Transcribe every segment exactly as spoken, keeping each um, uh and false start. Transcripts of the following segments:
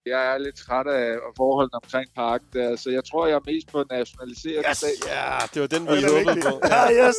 Jeg er lidt træt af forholdene omkring parken der, så jeg tror, jeg er mest på nationaliseret yes! dag. Ja, det var den, vi håbede på. Ja, yes!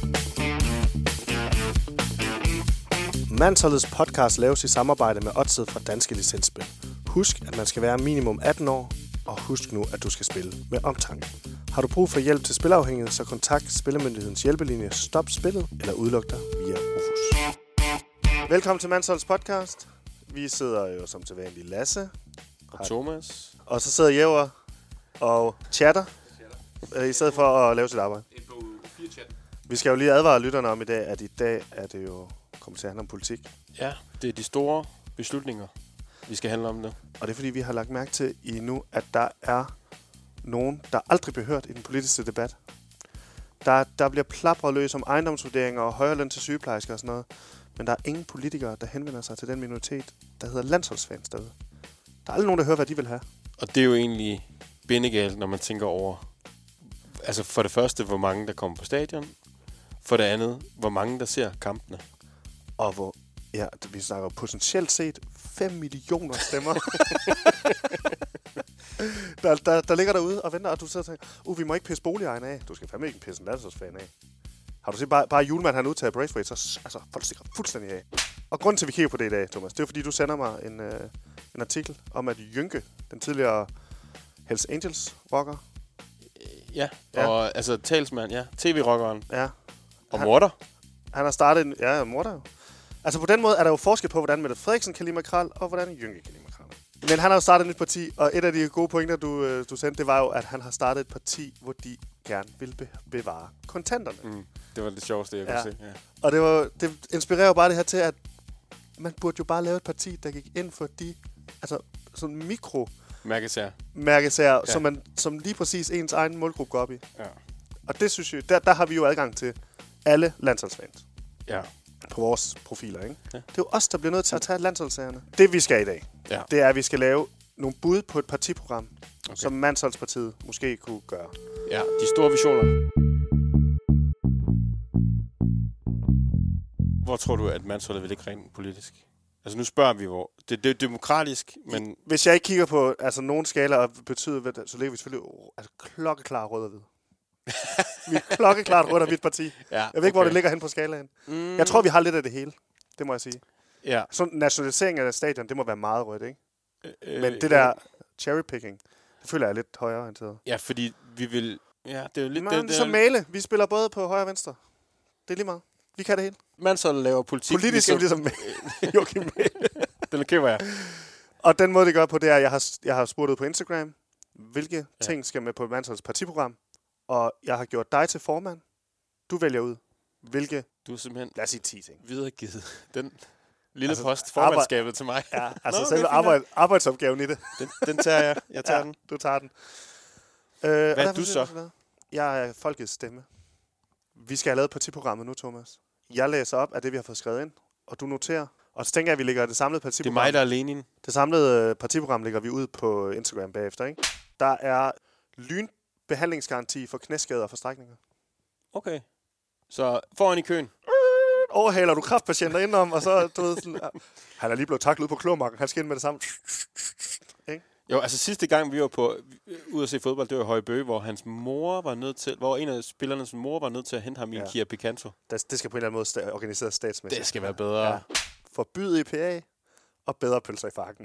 Mandsholdets podcast laves i samarbejde med Odset fra Danske Licensspil. Husk, at man skal være minimum atten år, og husk nu, at du skal spille med omtanke. Har du brug for hjælp til spilafhængighed, så kontakt Spillemyndighedens hjælpelinje Stop Spillet eller udluk dig via Rufus. Velkommen til Mandsholdets podcast. Vi sidder jo som sædvanligt Lasse og Thomas. Og så sidder Jæver og chatter, chatter. i stedet for at lave sit arbejde. Vi skal jo lige advare lytterne om i dag, at i dag er det jo kommer til at handle om politik. Ja, det er de store beslutninger, vi skal handle om det. Og det er fordi, vi har lagt mærke til i nu, at der er nogen, der aldrig bliver hørt i den politiske debat. Der, der bliver plapret løs om ejendomsvurderinger og højere løn til sygeplejersker og sådan noget. Men der er ingen politikere, der henvender sig til den minoritet, der hedder landsholdsfans derude. Der er aldrig nogen, der hører, hvad de vil have. Og det er jo egentlig bindegalt, når man tænker over, altså for det første, hvor mange der kommer på stadion. For det andet, hvor mange der ser kampene. Og hvor, ja, vi snakker potentielt set fem millioner stemmer. der, der, der ligger derude og venter, og du sidder og tænker, uh, vi må ikke pisse boligejerne af. Du skal fandme ikke pisse en landsholdsfan af. Har du set bare, bare Julemand, han udtager Braithwaite, så altså, folk stikker fuldstændig af. Og grunden til, at vi kigger på det i dag, Thomas, det er fordi, du sender mig en, øh, en artikel om, at Jynke, den tidligere Hells Angels rocker. Ja, ja. Og altså talsmand, ja. T V-rockeren. Ja. Og morder. Han har startet en... Ja, morder jo. Altså på den måde er der jo forskel på, hvordan Mette Frederiksen kan lide makrel, og hvordan Jynke kan lide makrel. Men han har jo startet et nyt parti, og et af de gode pointer, du, du sendte, det var jo, at han har startet et parti, hvor de gerne vil be- bevare kontanterne. Mm, det var det sjoveste, jeg ja. kunne se. Ja. Og det, var, det inspirerer jo bare det her til, at man burde jo bare lave et parti, der gik ind for de... Altså sådan mikro... Mærkesager. Mærkesager, ja. som, man, som lige præcis ens egen målgruppe går op i. Ja. Og det synes jeg, der, der har vi jo adgang til alle landsholdsfans. Ja. På vores profiler, ikke? Ja. Det er jo os, der bliver nødt til at tage landsholdssagerne. Det vi skal i dag, ja. det er, at vi skal lave nogle bud på et partiprogram, okay. som Mandsholdspartiet måske kunne gøre. Ja, de store visioner. Hvor tror du, at Mandsholdet vil ligge rent politisk? Altså nu spørger vi, hvor... Det, det er demokratisk, men... Hvis jeg ikke kigger på altså, nogen skala og betyder, hvad det, så ligger vi selvfølgelig oh, altså, klokkeklar rød og hvid. Vi er klokkeklart rødt og hvidt parti. Ja, jeg ved ikke, okay. hvor det ligger hen på skalaen. Mm. Jeg tror, vi har lidt af det hele. Det må jeg sige. Ja. Så nationalisering af stadion, det må være meget rødt, ikke? Øh, Men det der cherrypicking, det føler jeg er lidt højere orienteret. Ja, fordi vi vil... Ja, det er jo lidt... Men det, ligesom det er... Male. Vi spiller både på højre og venstre. Det er lige meget. Vi kan det hele. Mandsholdet laver politik. Politisk er ligesom Joachim Male. Den køber jeg. Og den måde, det gør på, det er, at jeg har, jeg har spurgt ud på Instagram, hvilke ja. ting skal med på Mandsholdets partiprogram. Og jeg har gjort dig til formand. Du vælger ud, hvilke... Du er simpelthen... Lad os sige ti ting. Videregivet den lille altså, post, formandskabet arbejde... til mig. Ja, altså Nå, selve arbejde, arbejdsopgaven i det. Den, den tager jeg. Jeg tager ja, den. Du tager den. Øh, Hvad er du så? Jeg er folkets stemme. Vi skal have lavet partiprogrammet nu, Thomas. Jeg læser op af det, vi har fået skrevet ind, og du noterer. Og så tænker jeg, at vi lægger det samlede partiprogram... Det er mig, der er Lenin. Det samlede partiprogram lægger vi ud på Instagram bagefter, ikke? Der er lynbehandlingsgaranti for knæskader og forstrækninger. Okay. Så foran i køen. Overhaler du kræftpatienter indenom, og så, du ved, sådan... Ja. Han er lige blevet taklet ud på klomarken. Han skal ind med det samme. Ikke? Jo, altså sidste gang, vi var på ude at se fodbold, det var i Højbøge, hvor hans mor var nødt til... Hvor en af spillernes mor var nødt til at hente ham i ja. en Kia Picanto. Det, det skal på en eller anden måde sta- organiseret statsmæssigt. Det skal være bedre. Ja. Forbyd I P A og bedre pølser i farken.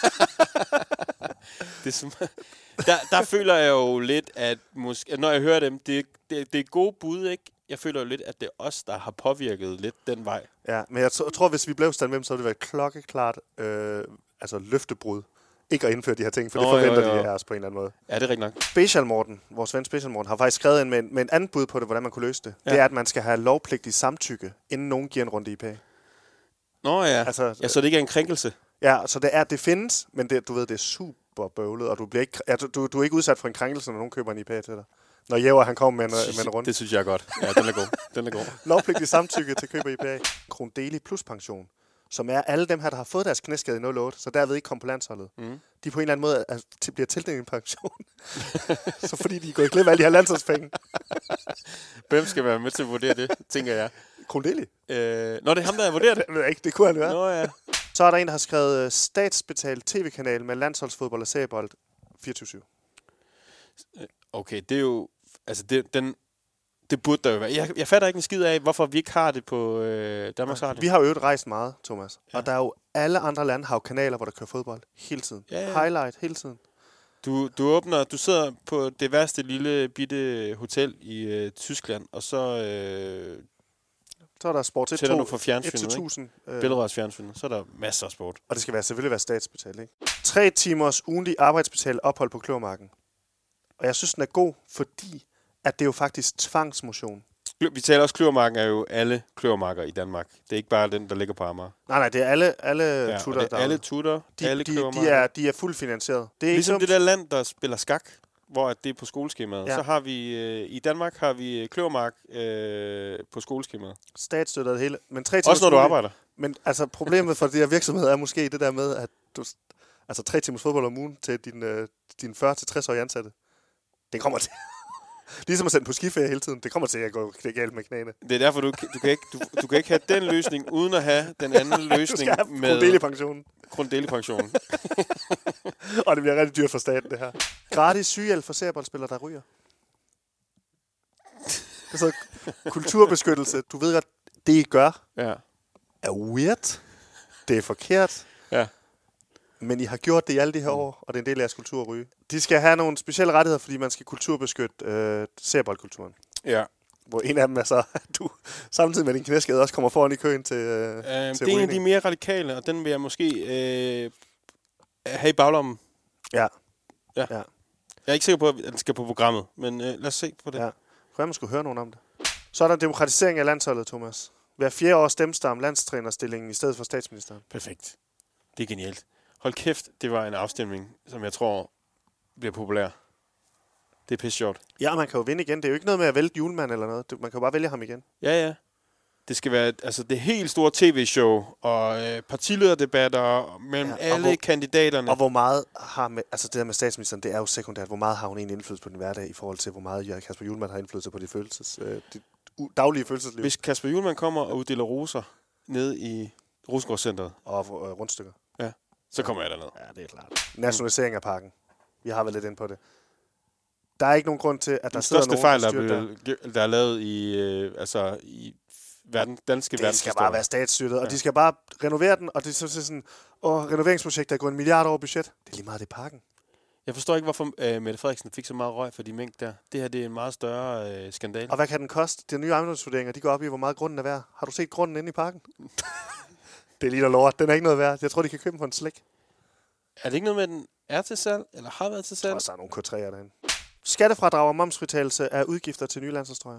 det er som, der, der føler jeg jo lidt, at, måske, at når jeg hører dem, det, det, det er gode bud, ikke? Jeg føler jo lidt, at det er os, der har påvirket lidt den vej. Ja, men jeg t- tror, hvis vi blev stand med dem, så ville det være klokkeklart øh, altså løftebrud. Ikke at indføre de her ting, for Nå, det forventer jo, jo. de af os på en eller anden måde. Ja, det er rigtigt nok. Special Morten, vores ven Special Morten, har faktisk skrevet ind med en, med en anden bud på det, hvordan man kunne løse det. Ja. Det er, at man skal have lovpligtig samtykke, inden nogen giver en runde I P A. Nå ja, altså, ja så det ikke er en krænkelse. Ja, så det er, det findes, men det, du ved, det er super bøvlet, og du, bliver ikke, ja, du, du er ikke udsat for en krænkelse, når nogen køber en I P A til dig. Når Jæver, han kommer med en, synes, med en runde. Det synes jeg er godt. Ja, den er god. Den er god. Lovpligtig samtykke til køb af I P A. Krondeli plus pension, som er alle dem her, der har fået deres knæskade i nul otte, så derved ikke kom på landsholdet. Mm. De på en eller anden måde er, er, bliver tildelt en pension. Så fordi de er gået glip af alle de her landsholdspenge. Hvem skal være med til at vurdere det, tænker jeg. Krondeli. Øh, nå, det er ham, der vurderer det. Det ved jeg ikke, det kunne han være. Nå ja. Så er der en, der har skrevet øh, statsbetalt tv-kanal med landsholdsfodbold og seriebold fireogtyve syv. Okay, det er jo... Altså, det, den, det burde der jo være. Jeg, jeg fatter ikke en skid af, hvorfor vi ikke har det på øh, Danmarks Radio. Vi har jo øvrigt rejst meget, Thomas. Ja. Og der er jo alle andre lande har jo kanaler, hvor der kører fodbold hele tiden. Ja, ja. Highlight hele tiden. Du, du åbner, du sidder på det værste lille bitte hotel i øh, Tyskland, og så øh, Så er der sport et tænder du for et til fjernsynet, tusind. ikke? Billedrørsfjernsynet, så er der masser af sport. Og det skal være, selvfølgelig være statsbetalt, ikke? Tre timers ugentlig arbejdsbetalt ophold på Kløvermarken. Og jeg synes, den er god, fordi at det er jo faktisk tvangsmotion. Vi taler også, Kløvermarken er jo alle kløvermarker i Danmark. Det er ikke bare den, der ligger på Amager. Nej, nej, det er alle, alle Ja, tutter, og det er der alle tutter, de, alle de, kløvermarker. de, er, de er fuldt finansieret. Det er Ligesom ikke det der land, der spiller skak, hvor at det er på skoleskemaet. Ja. Så har vi, øh, i Danmark har vi kløvermark øh, på skoleskemaet. statsstøttet det hele. Men tre timers Også når du ugentlig- arbejder. Men altså, problemet for de her virksomheder er måske det der med, at du, altså tre timers fodbold om ugen til din, øh, din fyrre til tres-årige ansatte. Det kommer til. Ligesom at sende på skiferie hele tiden. Det kommer til at gå galt med knæene. Det er derfor, du, du, kan ikke, du, du kan ikke have den løsning, uden at have den anden Du løsning skal have med Grunddeli-pensionen. grunddelipensionen. Og det bliver rigtig dyrt for staten, det her. Gratis sygehjælp for serieboldspillere, der ryger. Det er så kulturbeskyttelse. Du ved godt, det I gør, Ja. er weird. Det er forkert. Ja. Men I har gjort det i alle de her år, og det er en del af jeres kultur at ryge. De skal have nogle specielle rettigheder, fordi man skal kulturbeskytte øh, serieboldkulturen. Ja. Hvor en af dem er så, at du samtidig med din knæskade også kommer foran i køen til, øh, Øh, til det er en af de rygning. mere radikale, og den vil jeg måske øh, have i baglommen. Ja. Ja. ja. Jeg er ikke sikker på, at den skal på programmet, men øh, lad os se på det. Ja. Kunne man skulle høre nogen om det. Så er der demokratisering af landsholdet, Thomas. Hver fjerde år stemmes der om landstrænerstillingen i stedet for statsministeren. Perfekt. Det er genialt. Hold kæft, det var en afstemning, som jeg tror bliver populær. Det er pisse sjovt. Ja, man kan jo vinde igen. Det er jo ikke noget med at vælte julemand eller noget. Man kan jo bare vælge ham igen. Ja, ja. Det skal være altså det helt store tv-show og øh, partilederdebatter mellem Ja, og alle hvor- kandidaterne. Og hvor meget har med, altså det der med statsministeren, det er jo sekundært. Hvor meget har hun egentlig indflydelse på den hverdag i forhold til, hvor meget Jørgen Kasper Hjulmand har indflydelse på de følelses, øh, de u- daglige følelsesliv Hvis Kasper Hjulmand kommer og uddeler roser ned i Rosengårdscenteret, og øh, rundstykker. så kommer jeg derned. Ja, det er klart. Nationalisering af parken. Vi har været lidt ind på det. Der er ikke nogen grund til, at der Den sidder største nogen, fejl, der der er, styrer blevet, der er lavet i, øh, altså, i verden, danske det skal verdenshistorie. bare være statsstøttet, og Ja. de skal bare renovere den, og det er så sådan, åh, renoveringsprojekt, der går en milliard over budget. Det er lige meget det er parken. Jeg forstår ikke, hvorfor øh, Mette Frederiksen fik så meget røg for de mængder der. Det her det er en meget større øh, skandal. Og hvad kan den koste? De nye ejendomsvurderinger, de går op i, hvor meget grunden er værd. Har du set grunden inde i parken? Det er lige der lort. Den er ikke noget værd. Jeg tror, de kan købe den for en slik. Er det ikke noget med, at den er til salg, eller har været til Jeg salg? tror også, der er nogle K tre'er derinde. Skattefradrag og momsfritagelse af udgifter til nye landsholdstrøjer.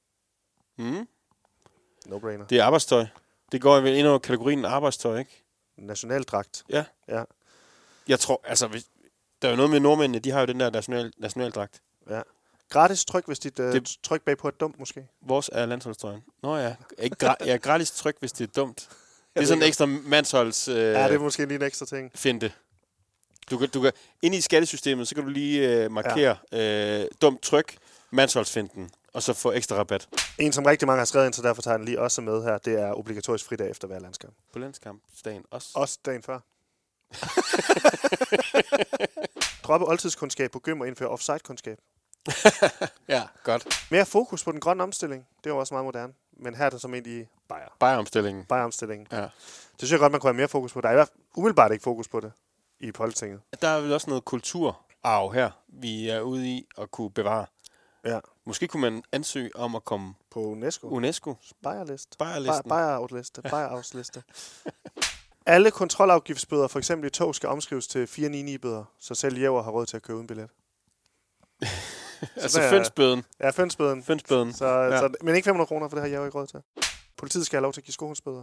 Mm. No-brainer. Det er arbejdstøj. Det går vel ind under kategorien arbejdstøj, ikke? Nationaldragt. Ja. Ja. Jeg tror, altså, hvis, der er jo noget med nordmændene, de har jo den der national, nationaldragt. Ja. Gratis tryk, hvis dit uh, Det- tryk bagpå er dumt, måske. Vores er landsholdstrøjen. Nå ja, ikke gra- ja, gratis tryk, hvis det er dumt. Det er ved sådan en godt. ekstra mandsholds øh, Ja, det er måske lige en ekstra ting. finte. Du kan, du kan, inde i skattesystemet, så kan du lige øh, markere ja. øh, dumt tryk, mandsholdsfinten, og så få ekstra rabat En, som rigtig mange har skrevet ind, så derfor tager den lige også med her, det er obligatorisk fridag efter hver landskamp. på landskampsdagen også. Også dagen før. Droppe oldtidskundskab på gym og indføre offside-kundskab. Ja, godt. Mere fokus på den grønne omstilling. Det er jo også meget moderne. Men her er det som egentlig Bayer. Bayer-omstillingen. Bayer-omstillingen. Ja. Det synes jeg godt, man kunne have mere fokus på. Der er i hvert fald umiddelbart ikke fokus på det i Folketinget. Der er vel også noget kulturarv her, vi er ude i at kunne bevare. Ja. Måske kunne man ansøge om at komme På UNESCO. UNESCO. Bayer-liste. Bayer-listen. Bayer-outliste. Bayer-outliste. Alle kontrolafgiftsbøder, for eksempel i tog, skal omskrives til fire ni ni-bøder, så selv jæver har råd til at købe uden billet. Altså der er- fønsbøden. Ja, fønsbøden. Fønsbøden. Så, ja. så, men ikke fem hundrede kroner, for det har jeg jo ikke råd til. Politiet skal have lov til at give skohundsbøder.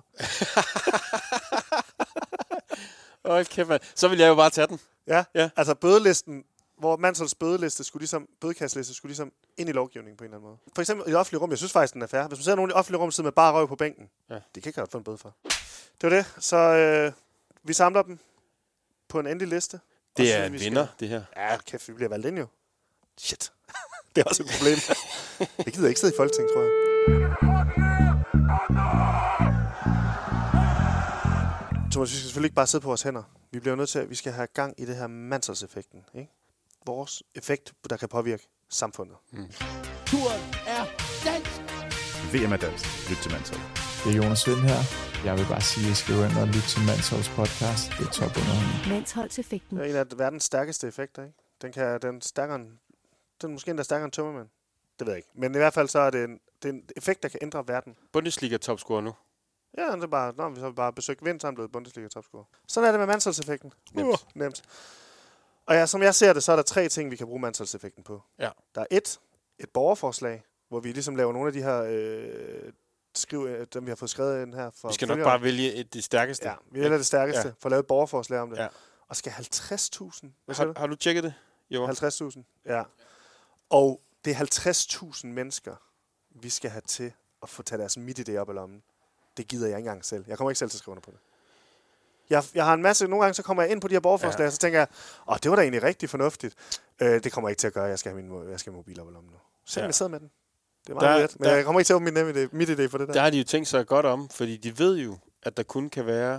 Åh, kæft, mand. Så vil jeg jo bare tage den. Ja, Ja. altså bødelisten, hvor Mansholds bødeliste skulle ligesom, bødekasteliste skulle ligesom ind i lovgivningen på en eller anden måde. For eksempel i det offentlige rum, jeg synes faktisk, den er fair. Hvis man ser nogen i det offentlige rum sidder med bare røv på bænken, Ja. det kan ikke godt få en bøde for. Det var det. Så øh, vi samler dem på en endelig liste. Og Det så er synes en vi vinder, skal- det her. Ja, kæft, vi bliver valgt ind jo. Shit. Det er også et problem. Jeg gider ikke sidde i Folketinget, tror jeg. Thomas, vi skal selvfølgelig ikke bare sidde på vores hænder. Vi bliver nødt til, at vi skal have gang i det her Mansholds-effekten. Ikke? Vores effekt, der kan påvirke samfundet. Mm. Turen er dansk! V M er dansk. Lyt til Manshold. Det er Jonas Vind her. Jeg vil bare sige, at jeg skal ind og lytte til Mansholds podcast. Det er top underholdning. Mansholds-effekten. Det er en af verdens stærkeste effekter, ikke? Den kan den stærkere end, den er måske endda stærkere end tømmermænd. Det ved jeg ikke. Men i hvert fald så er det en, det er en effekt, der kan ændre verden. Bundesliga-topscorer nu. Ja, det er bare, når vi så bare besøgt Vind, så er han blevet Bundesliga-topscorer. Sådan er det med Mansholds-effekten. Nemt. Uh, nemt. Og ja, som jeg ser det, så er der tre ting, vi kan bruge Mansholds-effekten på. Ja. Der er et, et borgerforslag, hvor vi ligesom laver nogle af de her, øh, skriv, dem vi har fået skrevet ind her. For vi skal nok bare vælge et, det stærkeste. Ja, vi vælger det stærkeste, ja. for at lave et borgerforslag om det. Ja. Og skal halvtreds tusind. Har, har du tjekket det? Jo. halvtreds tusind, ja. Og det er halvtreds tusind mennesker, vi skal have til at få taget deres MitID op i lommen. Det gider jeg ikke engang selv. Jeg kommer ikke selv til at skrive under på det. Jeg, jeg har en masse, nogle gange så kommer jeg ind på de her borgerforslag, ja. Og så tænker jeg, åh, det var da egentlig rigtig fornuftigt. Øh, det kommer jeg ikke til at gøre. Jeg skal have min, jeg skal have mobil op i lommen nu. Selvom ja. Jeg sidder med den. Det er meget der, let. Men der, jeg kommer ikke til at åbne min MitID for det der. Der har de jo tænkt sig godt om, fordi de ved jo, at der kun kan være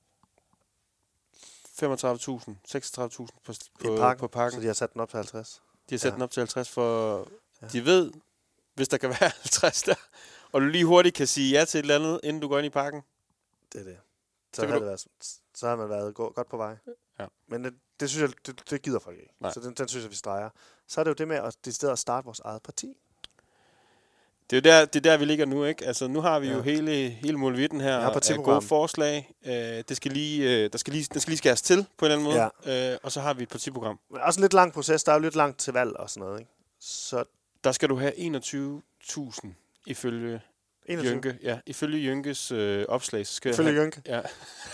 femogtredive tusind, seksogtredive tusind på, på, pakken, på pakken. Så de har sat den op til halvtreds. De har sat ja. den op til halvtreds, for ja. de ved, hvis der kan være halvtreds der, og du lige hurtigt kan sige ja til et eller andet, inden du går ind i pakken. Det er det. Så, så, har, det været, så har man været godt på vej. Ja. Men det, det synes jeg, det, det gider folk ikke. Nej. Så den, den synes jeg, vi streger. Så er det jo det med at, det stedet at starte vores eget parti. Det er jo der, det er der, vi ligger nu, ikke? Altså, nu har vi ja. jo hele, hele muligheden her af gode forslag. Uh, det skal lige, uh, der skal lige, den skal lige skæres til på en eller anden måde. Ja. Uh, og så har vi et partiprogram. Men også en lidt lang proces. Der er jo lidt langt til valg og sådan noget, ikke? Så der skal du have enogtyve tusind ifølge enogtyve Jynke. Ja, ifølge Jynkes øh, opslag. Så skal ifølge have, Jynke? Ja.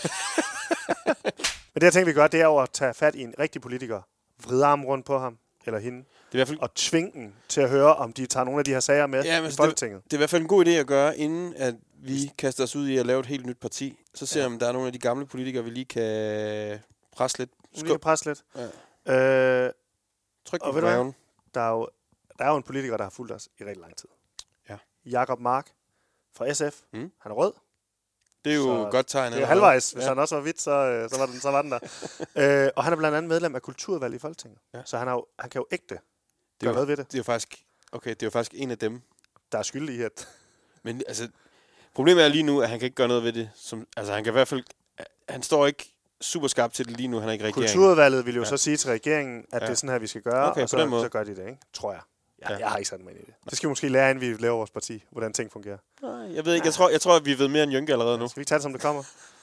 Men det, jeg tænker, vi gør, det er jo at tage fat i en rigtig politiker, vride armen rundt på ham, eller hende, det er i hvert fald og tvinge dem til at høre, om de tager nogle af de her sager med ja, i Folketinget. Det, det er i hvert fald en god idé at gøre, inden at vi kaster os ud i at lave et helt nyt parti. Så ser vi, ja. om der er nogle af de gamle politikere, vi lige kan presse lidt. Vi lige kan presse lidt. Ja. Øh, Tryk på maven. Der er, jo, der er jo en politiker, der har fulgt os i rigtig lang tid. Ja. Jakob Mark fra S F. Mm. Han er rød. Det er jo så godt tegn. Det er halvvejs. Hvis ja. han også var hvidt, så, så, var den, så var den der. øh, og han er blandt andet medlem af Kulturvalget i Folketinget. Ja. Så han, er jo, han kan jo ægte gøre noget ved det. Det er jo faktisk, okay, det er jo faktisk en af dem, der er skyldig i at... Men altså, problemet er lige nu, at han kan ikke gøre noget ved det. Som, altså, han kan i hvert fald... Han står ikke super skarp til det lige nu. Han er ikke regeringen. Kulturvalget vil jo ja. så sige til regeringen, at ja. det er sådan her, vi skal gøre. Okay, og så, så gør de det, ikke? Tror jeg. Ja, ja. Jeg har ikke sat mig ind i det. Det skal vi måske lære, inden vi laver vores parti, hvordan ting fungerer. Nej, jeg ved ikke. Jeg tror, jeg tror at vi ved mere end Jynke allerede nu. Skal vi ikke tage det, som det kommer?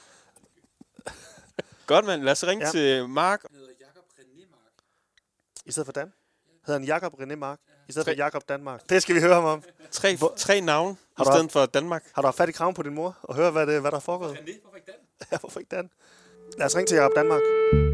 Godt, mand. Lad os ringe ja. til Mark. Han hedder Jakob René Mark. I stedet for Dan? Hedder han Jakob René Mark? I stedet tre. for Jakob Danmark? Det skal vi høre ham om. Tre, tre navne i stedet for Danmark. Har du haft fat i kraven på din mor og høre, hvad, det, hvad der er foregået? René, hvorfor ikke Dan? Ja, hvorfor ikke Dan? Lad os ringe til Jakob Danmark.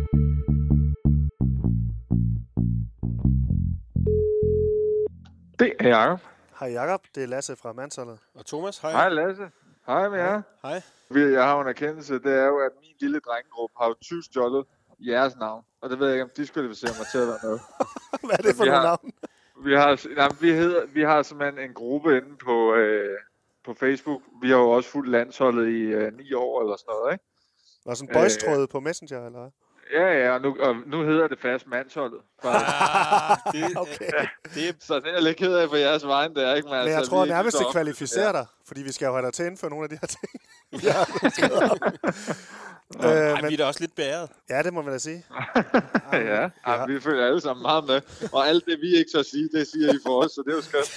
Det er Jakob. Hej Jakob, det er Lasse fra Mansholdet. Og Thomas, hej. Hej Lasse. Hej med jer. Hej. Jeg har en erkendelse, det er jo, at min lille drengegruppe har jo tyve stjålet jeres navn. Og det ved jeg ikke, om de skulle diskvalificere mig til at være med. Hvad er det for nogle navn? Vi har, nej, vi, hedder, vi har simpelthen en gruppe inde på, øh, på Facebook. Vi har jo også fulgt landsholdet i øh, ni år eller sådan noget, ikke? Og sådan en boystråd øh, på Messenger, eller hvad? Ja, ja, og nu, og nu hedder det fast Mansholdet. Ah, det, okay. Ja, det, så det er jeg lidt ked af på jeres vejen, det er ikke? Men, men jeg altså, tror nærmest, det kvalificerer dig, fordi vi skal jo have dig til at indføre nogle af de her ting. ja, Nå, øh, ej, men, vi er da også lidt bæret. Ja, det må man da sige. ja, ja. Ej, vi føler alle sammen meget med. Og alt det, vi ikke så sige, det siger I for os, så det er jo skønt.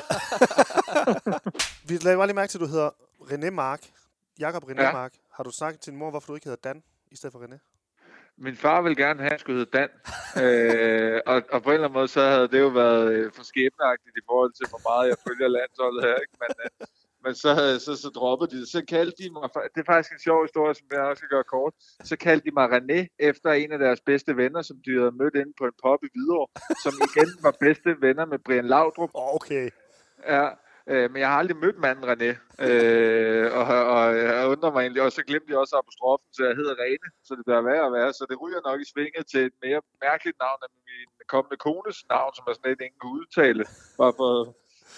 Vi lader bare lige mærke til, at du hedder René Mark. Jakob René ja. Mark. Har du snakket til din mor, hvorfor du ikke hedder Dan i stedet for René? Min far ville gerne have, at han skulle hedde Dan. øh, og, og på en eller anden måde, så havde det jo været øh, for skæbneagtigt i forhold til, hvor meget jeg følger landsholdet her. Ikke? Men, øh, men så, så, så droppede de det. Så kaldte de mig, det er faktisk en sjov historie, som jeg også skal gøre kort. Så kaldte de mig René efter en af deres bedste venner, som de havde mødt inde på en pub i Hvidovre, som igen var bedste venner med Brian Laudrup. Okay. Ja. Øh, men jeg har aldrig mødt manden René, øh, og, og jeg undrer mig egentlig, og så glemte jeg også apostrofen, så jeg hedder Rene, så det bør være at være, så det ryger nok i svinget til et mere mærkeligt navn end min kommende kones navn, som jeg slet ikke kan udtale, bare for,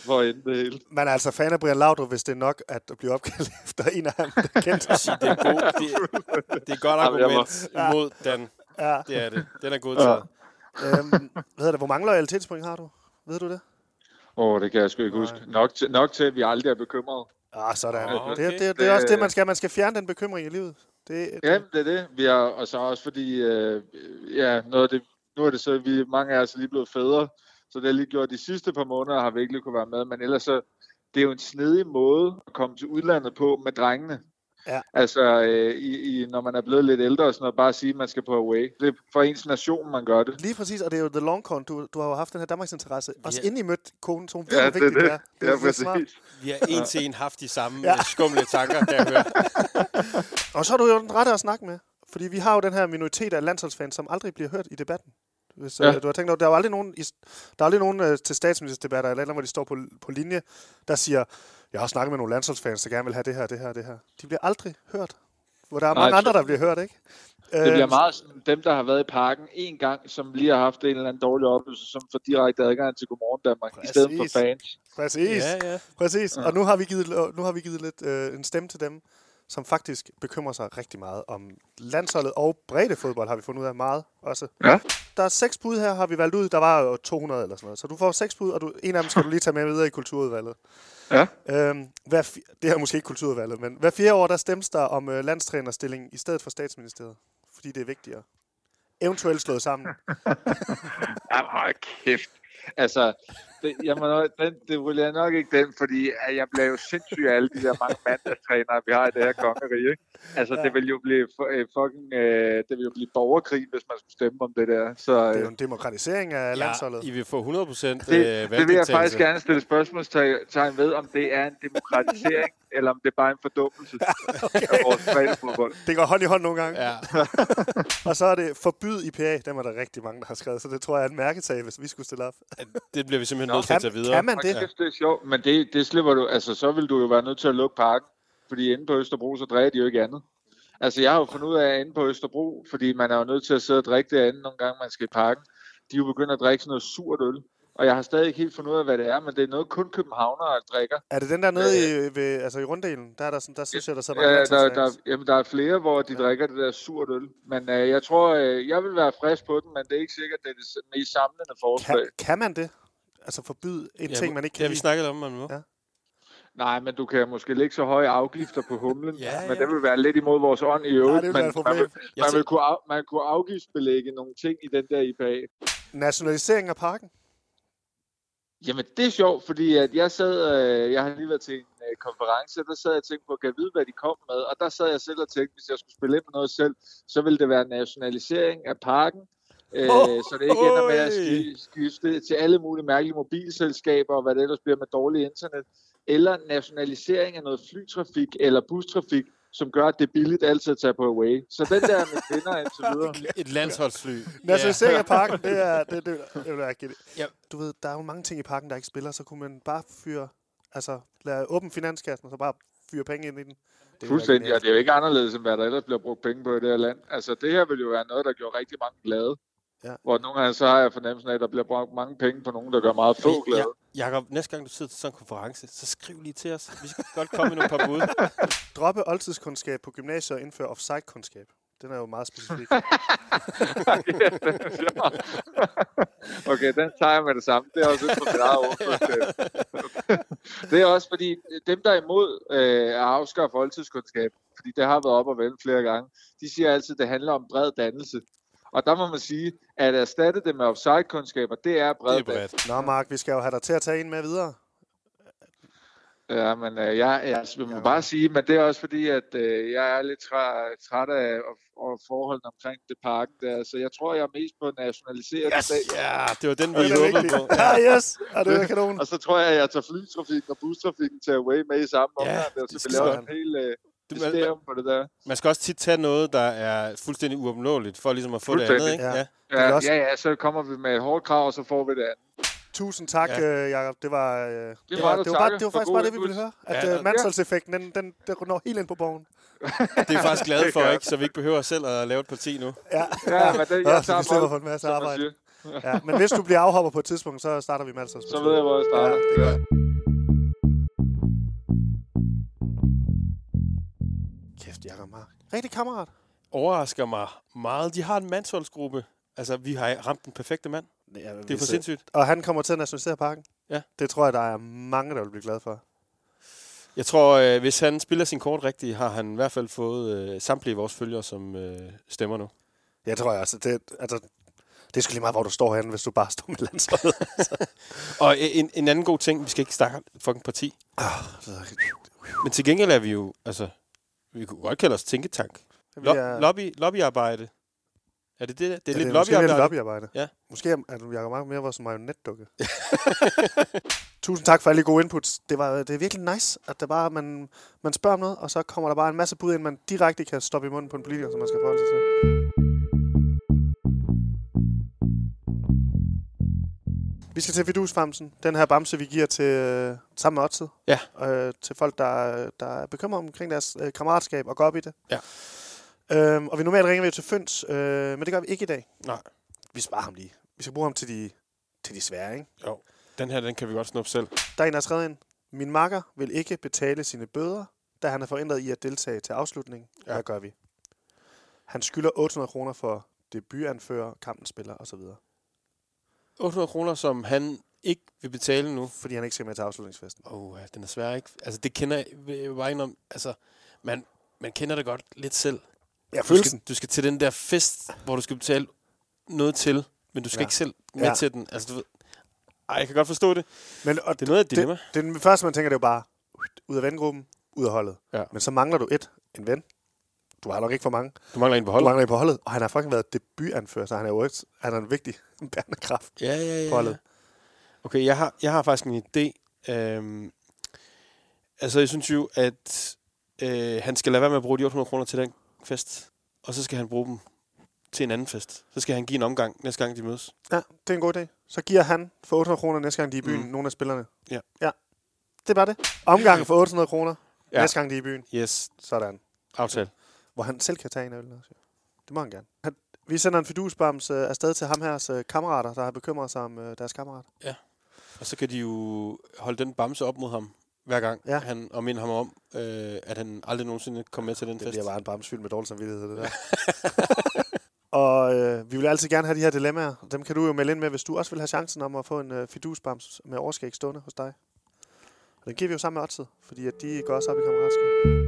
for at ende det hele. Man er altså fan af Brian Laudrup, hvis det er nok at blive opkaldt efter en af ham, der kendte. Det er god. Det, det er godt argument ja. imod Dan. Ja. Det er det. Den er godtaget. Ja. øhm, hvad hedder det? Hvor mange loyalitetspoint har du? Ved du det? Åh, oh, det kan jeg sgu ikke Nej. huske. Nok til, nok til, at vi aldrig er bekymret. Ah, sådan. Oh, okay. det, det, det, det er også det, man skal. Man skal fjerne den bekymring i livet. Det, det. Jamen, det er det. Vi er, og så også fordi, øh, ja, noget af det, nu er det så, vi mange af os er lige blevet fædre, så det har lige gjort de sidste par måneder, har vi ikke lige kunne være med, men ellers så, det er jo en snedig måde at komme til udlandet på med drengene. Ja. Altså, øh, i, i, når man er blevet lidt ældre og sådan noget, bare at sige, at man skal på away. Det er for ens nation, man gør det. Lige præcis, og det er jo the long con. Du, du har jo haft den her Danmarks interesse. Også ja. inden I mødte konen, så hun ved, ja, hvor vigtigt det er. Det er, ja, præcis. Vi har en til en haft de samme ja. skumle tanker, kan jeg høre. Og så er du jo den rette at snakke med. Fordi vi har jo den her minoritet af landsholdsfans, som aldrig bliver hørt i debatten. Hvis ja. uh, du har tænkt over, der er jo aldrig nogen, der er aldrig nogen uh, til statsministerdebatter, eller, eller hvor de står på, på linje, der siger, jeg har snakket med nogle landsholdsfans, der gerne vil have det her, det her, det her. De bliver aldrig hørt. Hvor der er Nej, mange andre, der bliver hørt, ikke? Det bliver meget sådan, dem, der har været i parken en gang, som lige har haft en eller anden dårlig oplevelse, som får direkte adgang til Godmorgen Danmark, Præcis. i stedet for fans. Præcis, ja, ja. Præcis. Ja. Og nu har vi givet, nu har vi givet lidt øh, en stemme til dem, som faktisk bekymrer sig rigtig meget om landsholdet og breddefodbold, har vi fundet ud af meget også. Ja. Der er seks bud her, har vi valgt ud. Der var jo to hundrede eller sådan noget. Så du får seks bud, og du, en af dem skal du lige tage med videre i kulturudvalget. Ja. Øhm, hver f- det er måske ikke kulturudvalget, men hver fjerde år, der stemmes der om øh, landstrænerstillingen i stedet for statsministeriet. Fordi det er vigtigere. Eventuelt slået sammen. Jamen, hold kæft. Altså, det, jeg må nok, den, det vil jeg nok ikke den, fordi at jeg bliver jo sindssyg af alle de der mange mandagstrænere, vi har i det her kongerige. Ikke? Altså, ja. det vil jo blive fucking, øh, det vil jo blive borgerkrig, hvis man skulle stemme om det der. Så, det er jo en demokratisering af ja, landsholdet. I vil få hundrede procent det, øh, det vil jeg faktisk gerne stille spørgsmålstegn ved, om det er en demokratisering, eller om det er bare en fordummelse okay. af vores breddefodbold. Det går hånd i hånd nogle gange. Ja. Og så er det forbyd I P A. Dem er der rigtig mange, der har skrevet, så det tror jeg er en mærkesag, hvis vi skulle stille op. Det bliver vi simpelthen nødt til at tage videre. Kan man det? Ja. Det er sjovt, men det, det slipper du. Altså, så vil du jo være nødt til at lukke parken, fordi inde på Østerbro, så drejer de jo ikke andet. Altså, jeg har jo fundet ud af, at inde på Østerbro, fordi man er jo nødt til at sidde og drikke derinde nogle gange, man skal i parken, de er jo begyndt at drikke sådan noget surt øl. Og jeg har stadig ikke helt fundet ud af, hvad det er, men det er noget kun københavnere drikker. Er det den der nede i, ved, altså i runddelen? Der er der sådan, der synes jeg, der så mange ja, der, der, jamen, der er flere, hvor de ja. drikker det der surt øl. Men øh, jeg tror, øh, jeg vil være frisk på den, men det er ikke sikkert, at det er det mest samlende forslag. Kan, kan man det? Altså forbyde en ja, ting, man ikke kan lide? Ja, vi snakkede om, man må. Ja. Nej, men du kan måske lægge så høje afgifter på humlen, ja, ja. men det vil være lidt imod vores ånd i øvrigt. Ja, men man vil, man, vil kunne af, man kunne afgiftsbelægge nogle ting i den der I P A. Nationalisering af parken? Jamen, det er sjovt, fordi at jeg sad, øh, jeg har lige været til en øh, konference, der sad jeg og tænkte på, kan jeg vide, hvad de kom med? Og der sad jeg selv og tænkte, hvis jeg skulle spille ind med noget selv, så ville det være nationalisering af parken, øh, oh, så det ikke ender med at skifte til alle mulige mærkelige mobilselskaber, og hvad det ellers bliver med dårlig internet. Eller nationalisering af noget flytrafik eller bustrafik, som gør, at det er billigt altid at tage på away. Så den der med kvinder indtil videre. Et landsholdsfly. Nationalisering af parken, det er... Det, det, det, det er ja. Du ved, der er jo mange ting i parken, der ikke spiller, så kunne man bare fyre... Altså, lade åbne finanskassen, og så bare fyre penge ind i den. Det fuldstændig, ja, det er jo ikke anderledes, end hvad der ellers bliver brugt penge på i det her land. Altså, det her vil jo være noget, der gjorde rigtig mange glade. Ja. Hvor nogle gange så har jeg fornemmelsen af, at der bliver brugt mange penge på nogen, der gør meget få glade. Ja, Jakob, næste gang du sidder til sådan en konference, så skriv lige til os. Vi skal godt komme med nogle par bud. Droppe oldtidskundskab på gymnasiet og indføre offside-kundskab. Den er jo meget specifik. Okay, den tager jeg med det samme. Det er også et for mit eget ordførskab. Det er også fordi, dem der er imod øh, at afskaffe oldtidskundskab, fordi det har været op og vende flere gange, de siger altid, at det handler om bred dannelse. Og der må man sige, at erstatte det med offside-kundskaber, det er bredt. Det er bredt. Nå, Mark, vi skal jo have dig til at tage en med videre. Ja, men øh, jeg, jeg, jeg må bare sige, men det er også fordi, at øh, jeg er lidt træ, træt af og forholdene omkring det parken der, så jeg tror, jeg er mest på nationaliseret. Yes! Ja, det var den, vi håbede på. Ja, yes! Ja, det var kanon. Og så tror jeg, at jeg tager flytrafikken og bustrafikken til away med i samme omgang. Ja, der, så vi laver en hel øh, mysterium på det der. Man skal også tit tage noget, der er fuldstændig uopnåeligt, for ligesom at få det andet, ikke? Ja, ja, ja, ja, ja, så kommer vi med et hårdt krav, og så får vi det andet. Tusind tak, ja. Jakob. Det var, øh, det, det, var, det, var bare, det var faktisk bare det, vi ville høre. At ja, uh, mandsholdseffekten, den, den, den når helt ind på borgen. Det er jeg faktisk glad for, ikke? Så vi ikke behøver selv at lave et parti nu. Ja, ja men det, jeg tager så vi slipper for en masse arbejde. Ja, men hvis du bliver afhopper på et tidspunkt, så starter vi mandsholdspartiet. Så ved jeg, hvor jeg starter. Ja, det gør. Rigtig kammerat. Overrasker mig meget. De har en mandsholdsgruppe. Altså, vi har ramt den perfekte mand. Ja, det er for sindssygt. Og han kommer til at nationalisere parken. Ja. Det tror jeg, der er mange, der vil blive glade for. Jeg tror, øh, hvis han spiller sin kort rigtigt, har han i hvert fald fået øh, samtlige vores følgere, som øh, stemmer nu. Jeg tror altså, det, altså, det er sgu lige meget, hvor du står henne, hvis du bare står med landsholdet. Og en, en anden god ting, vi skal ikke snakke fucking parti. Oh, Men til gengæld er vi jo, altså, vi kunne godt kalde os tænketank. Lo- er... lobby, lobbyarbejde. Er det det? Det er, ja, lidt det er lobbyarbejde. Lidt lobbyarbejde. Ja. Måske er Jacob Mark mere vores marionetdukke. Tusind tak for alle de gode inputs. Det var det er virkelig nice, at der bare man man spørger om noget, og så kommer der bare en masse bud ind, man direkte kan stoppe i munden på en politiker, som man skal forholde sig til. Vi skal til fidusbamsen. Den her bamse, vi giver til øh, sammen med Odset. Ja. Øh, til folk, der, der er bekymret omkring deres øh, kammeratskab og går op i det. Ja. Øhm, og vi normalt ringer vi til Fyns, øh, men det gør vi ikke i dag. Nej. Vi sparer ham lige. Vi skal bruge ham til de, til de svære, ikke? Jo. Den her, den kan vi godt snuppe selv. Der er en, der har skrevet ind. Min makker vil ikke betale sine bøder, da han er forhindret i at deltage til afslutningen. Ja. Hvad gør vi? Han skylder otte hundrede kroner for debutanfører, kampens spiller osv. otte hundrede kroner, som han ikke vil betale nu. Fordi han ikke skal med til afslutningsfesten. Åh, oh, ja, den er svær, ikke? Altså, det kender jeg jo bare om. Altså, man, man kender det godt lidt selv. Ja, du, skal, du skal til den der fest, hvor du skal betale noget til, men du skal ja. ikke selv med ja. til den. Altså, du ved, ej, jeg kan godt forstå det. Men, og det er noget af et dilemma. Det, det, det første, man tænker, det er jo bare, ud af vengruppen, ud af holdet. Ja. Men så mangler du et, en ven. Du har nok ikke for mange. Du mangler en på holdet. Du mangler en på holdet, og han har fucking været debutanfører, så han er jo ikke, han er en vigtig bærende kraft ja, ja, ja. på holdet. Okay, jeg har, jeg har faktisk en idé. Øhm, altså, jeg synes jo, at øh, han skal lade være med at bruge de otte hundrede kroner til den fest, og så skal han bruge dem til en anden fest. Så skal han give en omgang næste gang, de mødes. Ja, det er en god idé. Så giver han for otte hundrede kroner næste gang, de er i byen, mm. nogle af spillerne. Ja. Ja, det er bare det. Omgang for otte hundrede kroner ja. næste gang, de er i byen. Yes. Sådan. Aftale. Hvor han selv kan tage en øl. Det må han gerne. Han, vi sender en fidusbams øh, afsted til ham her øh, kammerater, der har bekymret sig om øh, deres kammerat. Ja. Og så kan de jo holde den bamse op mod ham hver gang, ja. han, og minde ham om, øh, at han aldrig nogensinde kommer med til den det fest. Det bliver bare en bamse fyldt med dårlig samvittighed, det der. Og øh, vi vil altid gerne have de her dilemmaer. Dem kan du jo melde ind med, hvis du også vil have chancen om at få en øh, fidusbams med overskæg stående hos dig. Og den giver vi jo sammen med Odset, fordi at de går også op i kammeratskab.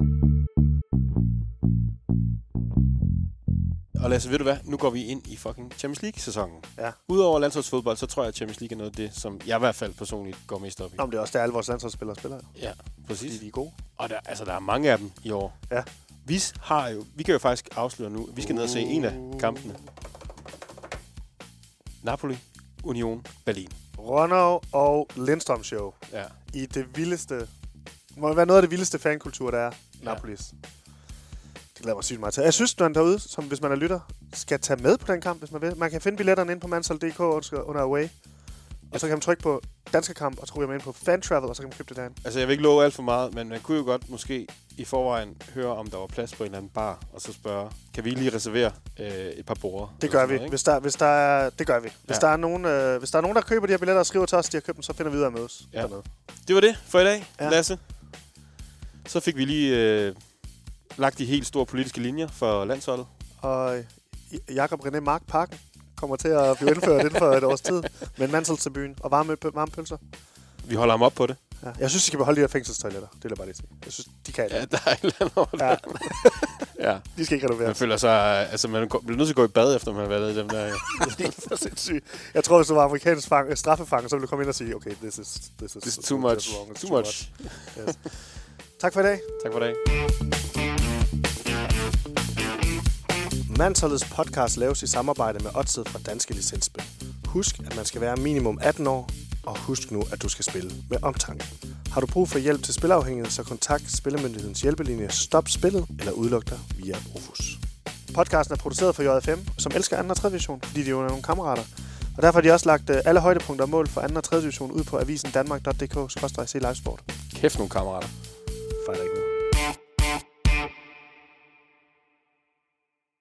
Og Lasse, ved du hvad? Nu går vi ind i fucking Champions League-sæsonen. Ja. Udover landsholdsfodbold, så tror jeg, at Champions League er noget af det, som jeg i hvert fald personligt går mest op i. Nå, men det er også der, alle vores landsholdsspillere spiller. Ja, præcis. Fordi de er gode. Og der, altså, der er mange af dem i år. Ja. Vi, har jo, vi kan jo faktisk afsløre nu, vi skal ned og se en af kampene. Napoli, Union, Berlin. Ronald og Lindstrøm show. Ja. I det vildeste, må være noget af det vildeste fankultur, der er. Ja. Napolis. Det glæder mig sygt meget til. Jeg synes, man derude, som hvis man er lytter, skal tage med på den kamp, hvis man vil. Man kan finde billetterne ind på manshold punktum d k under Away. Og så kan man trykke på Danske Kamp, og så trykker man ind på Fan Travel, og så kan man købe det derinde. Altså, jeg vil ikke love alt for meget, men man kunne jo godt måske i forvejen høre, om der var plads på en eller anden bar, og så spørge, kan vi lige reservere øh, et par borde? Det gør vi. Noget, hvis der, hvis der er, det gør vi. Hvis, ja. der er nogen, øh, hvis der er nogen, der køber de her billetter og skriver til os, de har købt dem, så finder vi ud af at mødes. Ja. Det var det for i dag, ja. Lasse. Så fik vi lige øh, lagt de helt store politiske linjer for landsholdet. Og Jakob René Mark Parken kommer til at blive indført inden for et års tid med en mandshold til byen og varme, varme pølser. Vi holder ham op på det. Ja. Jeg synes, de skal beholde de her fængselstoiletter. Det vil jeg bare lige sige. Jeg synes, de kan ikke. Ja, der er et eller andet over det. Ja. Ja. De skal ikke renovere. Man føler sig, altså man bliver nødt til at gå i bad, efter man har været i dem der. Det er for sindssygt. Jeg tror, hvis du var amerikansk fang, straffefanger, så ville du komme ind og sige, okay, this is, this is, this is too much. Too, too much. much. Yes. Tak for i dag. Tak for i dag. Mandsholdets podcast laves i samarbejde med Odset fra Danske Licensspil. Husk, at man skal være minimum atten år, og husk nu, at du skal spille med omtanke. Har du brug for hjælp til spilafhængighed, så kontakt Spillemyndighedens hjælpelinje Stop Spillet eller udluk dig via Rufus. Podcasten er produceret for J F M, som elsker anden og tredje division, fordi de jo er nogle kammerater. Og derfor har de også lagt alle højdepunkter og mål for anden og tredje division ud på avisen danmark punktum d k skråstreg c livesport. Kæft nogle kammerater. Fejler ikke noget.